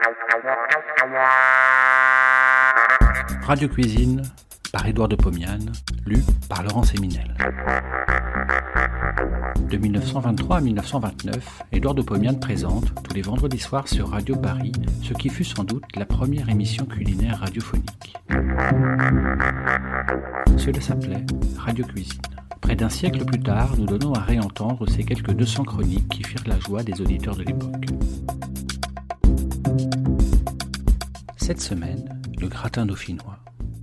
Radio Cuisine par Édouard de Pomiane, lu par Laurent Séminel. De 1923 à 1929, Édouard de Pomiane présente, tous les vendredis soirs sur Radio Paris, ce qui fut sans doute la première émission culinaire radiophonique. Cela s'appelait Radio Cuisine. Près d'un siècle plus tard, nous donnons à réentendre ces quelques 200 chroniques qui firent la joie des auditeurs de l'époque. Cette semaine, le gratin dauphinois.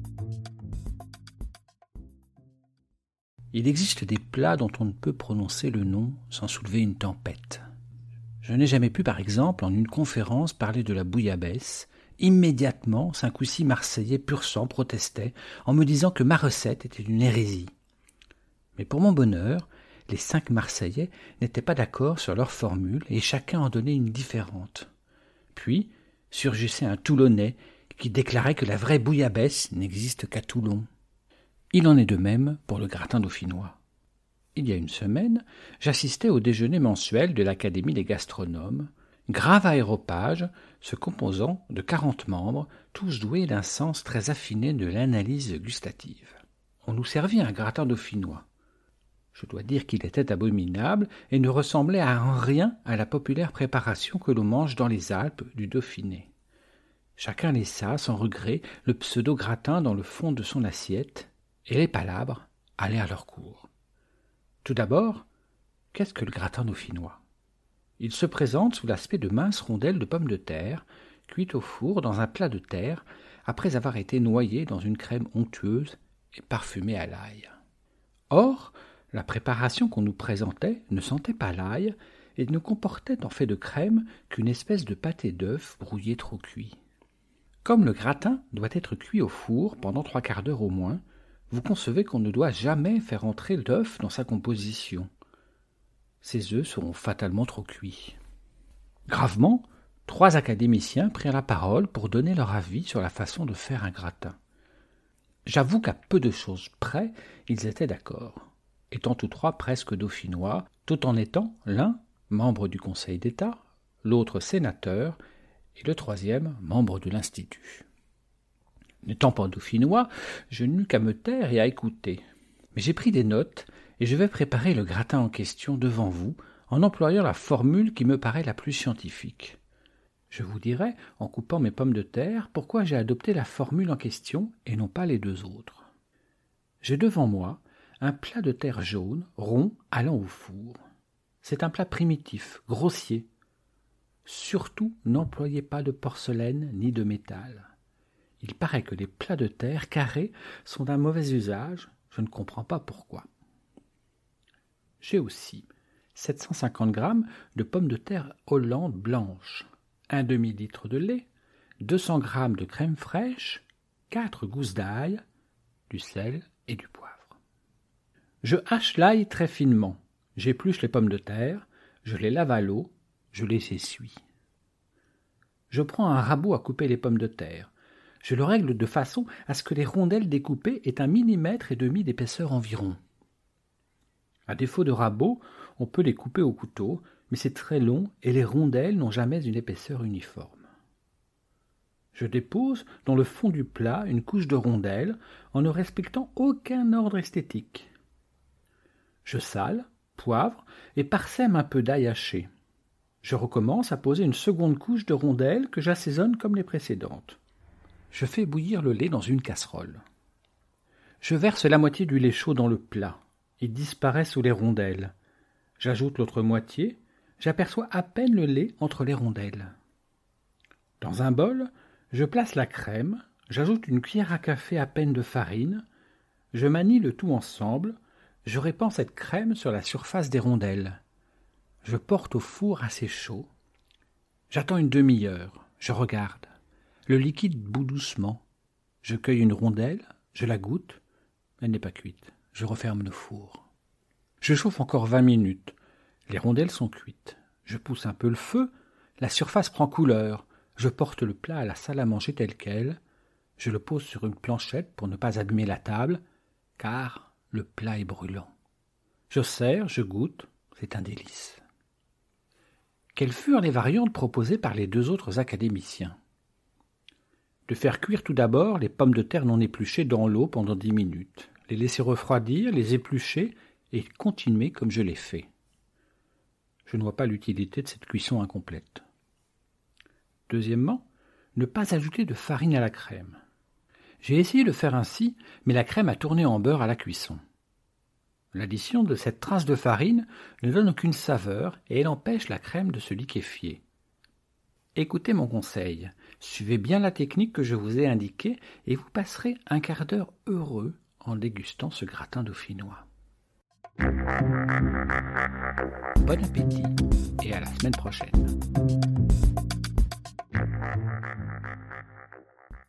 Il existe des plats dont on ne peut prononcer le nom sans soulever une tempête. Je n'ai jamais pu, par exemple, en une conférence, parler de la bouillabaisse. Immédiatement, 5 ou 6 Marseillais pur sang protestaient en me disant que ma recette était une hérésie. Mais pour mon bonheur, les 5 Marseillais n'étaient pas d'accord sur leur formule et chacun en donnait une différente. Puis surgissait un Toulonnais qui déclarait que la vraie bouillabaisse n'existe qu'à Toulon. Il en est de même pour le gratin dauphinois. Il y a une semaine, j'assistais au déjeuner mensuel de l'Académie des gastronomes, grave aéropage se composant de 40 membres, tous doués d'un sens très affiné de l'analyse gustative. On nous servit un gratin dauphinois. Je dois dire qu'il était abominable et ne ressemblait en rien à la populaire préparation que l'on mange dans les Alpes du Dauphiné. Chacun laissa, sans regret, le pseudo-gratin dans le fond de son assiette, et les palabres allaient à leur cours. Tout d'abord, qu'est-ce que le gratin dauphinois ? Il se présente sous l'aspect de minces rondelles de pommes de terre, cuites au four dans un plat de terre, après avoir été noyées dans une crème onctueuse et parfumée à l'ail. Or, la préparation qu'on nous présentait ne sentait pas l'ail et ne comportait en fait de crème qu'une espèce de pâté d'œuf brouillé trop cuit. Comme le gratin doit être cuit au four pendant 3/4 d'heure au moins, vous concevez qu'on ne doit jamais faire entrer l'œuf dans sa composition. Ces œufs seront fatalement trop cuits. Gravement, 3 académiciens prirent la parole pour donner leur avis sur la façon de faire un gratin. J'avoue qu'à peu de choses près, ils étaient d'accord, étant tous 3 presque dauphinois, tout en étant l'un membre du Conseil d'État, l'autre sénateur et le 3e membre de l'Institut. N'étant pas dauphinois, je n'eus qu'à me taire et à écouter. Mais j'ai pris des notes et je vais préparer le gratin en question devant vous en employant la formule qui me paraît la plus scientifique. Je vous dirai, en coupant mes pommes de terre, pourquoi j'ai adopté la formule en question et non pas les 2 autres. J'ai devant moi un plat de terre jaune, rond, allant au four. C'est un plat primitif, grossier. Surtout, n'employez pas de porcelaine ni de métal. Il paraît que les plats de terre carrés sont d'un mauvais usage, je ne comprends pas pourquoi. J'ai aussi 750 g de pommes de terre Hollande blanches, un demi-litre de lait, 200 g de crème fraîche, 4 gousses d'ail, du sel et du poivre. Je hache l'ail très finement, j'épluche les pommes de terre, je les lave à l'eau, je les essuie. Je prends un rabot à couper les pommes de terre. Je le règle de façon à ce que les rondelles découpées aient 1,5 mm d'épaisseur environ. À défaut de rabot, on peut les couper au couteau, mais c'est très long et les rondelles n'ont jamais une épaisseur uniforme. Je dépose dans le fond du plat une couche de rondelles en ne respectant aucun ordre esthétique. Je sale, poivre et parsème un peu d'ail haché. Je recommence à poser une seconde couche de rondelles que j'assaisonne comme les précédentes. Je fais bouillir le lait dans une casserole. Je verse la moitié du lait chaud dans le plat. Il disparaît sous les rondelles. J'ajoute l'autre moitié. J'aperçois à peine le lait entre les rondelles. Dans un bol, je place la crème. J'ajoute une cuillère à café à peine de farine. Je manie le tout ensemble. Je répands cette crème sur la surface des rondelles. Je porte au four assez chaud. J'attends une demi-heure. Je regarde. Le liquide bout doucement. Je cueille une rondelle, je la goûte. Elle n'est pas cuite. Je referme le four. Je chauffe encore 20 minutes. Les rondelles sont cuites. Je pousse un peu le feu. La surface prend couleur. Je porte le plat à la salle à manger tel quel. Je le pose sur une planchette pour ne pas abîmer la table, car le plat est brûlant. Je sers, je goûte. C'est un délice. Quelles furent les variantes proposées par les deux autres académiciens? De faire cuire tout d'abord les pommes de terre non épluchées dans l'eau pendant 10 minutes, les laisser refroidir, les éplucher et continuer comme je l'ai fait. Je ne vois pas l'utilité de cette cuisson incomplète. Deuxièmement, ne pas ajouter de farine à la crème. J'ai essayé de faire ainsi, mais la crème a tourné en beurre à la cuisson. L'addition de cette trace de farine ne donne aucune saveur et elle empêche la crème de se liquéfier. Écoutez mon conseil, suivez bien la technique que je vous ai indiquée et vous passerez un quart d'heure heureux en dégustant ce gratin dauphinois. Bon appétit et à la semaine prochaine.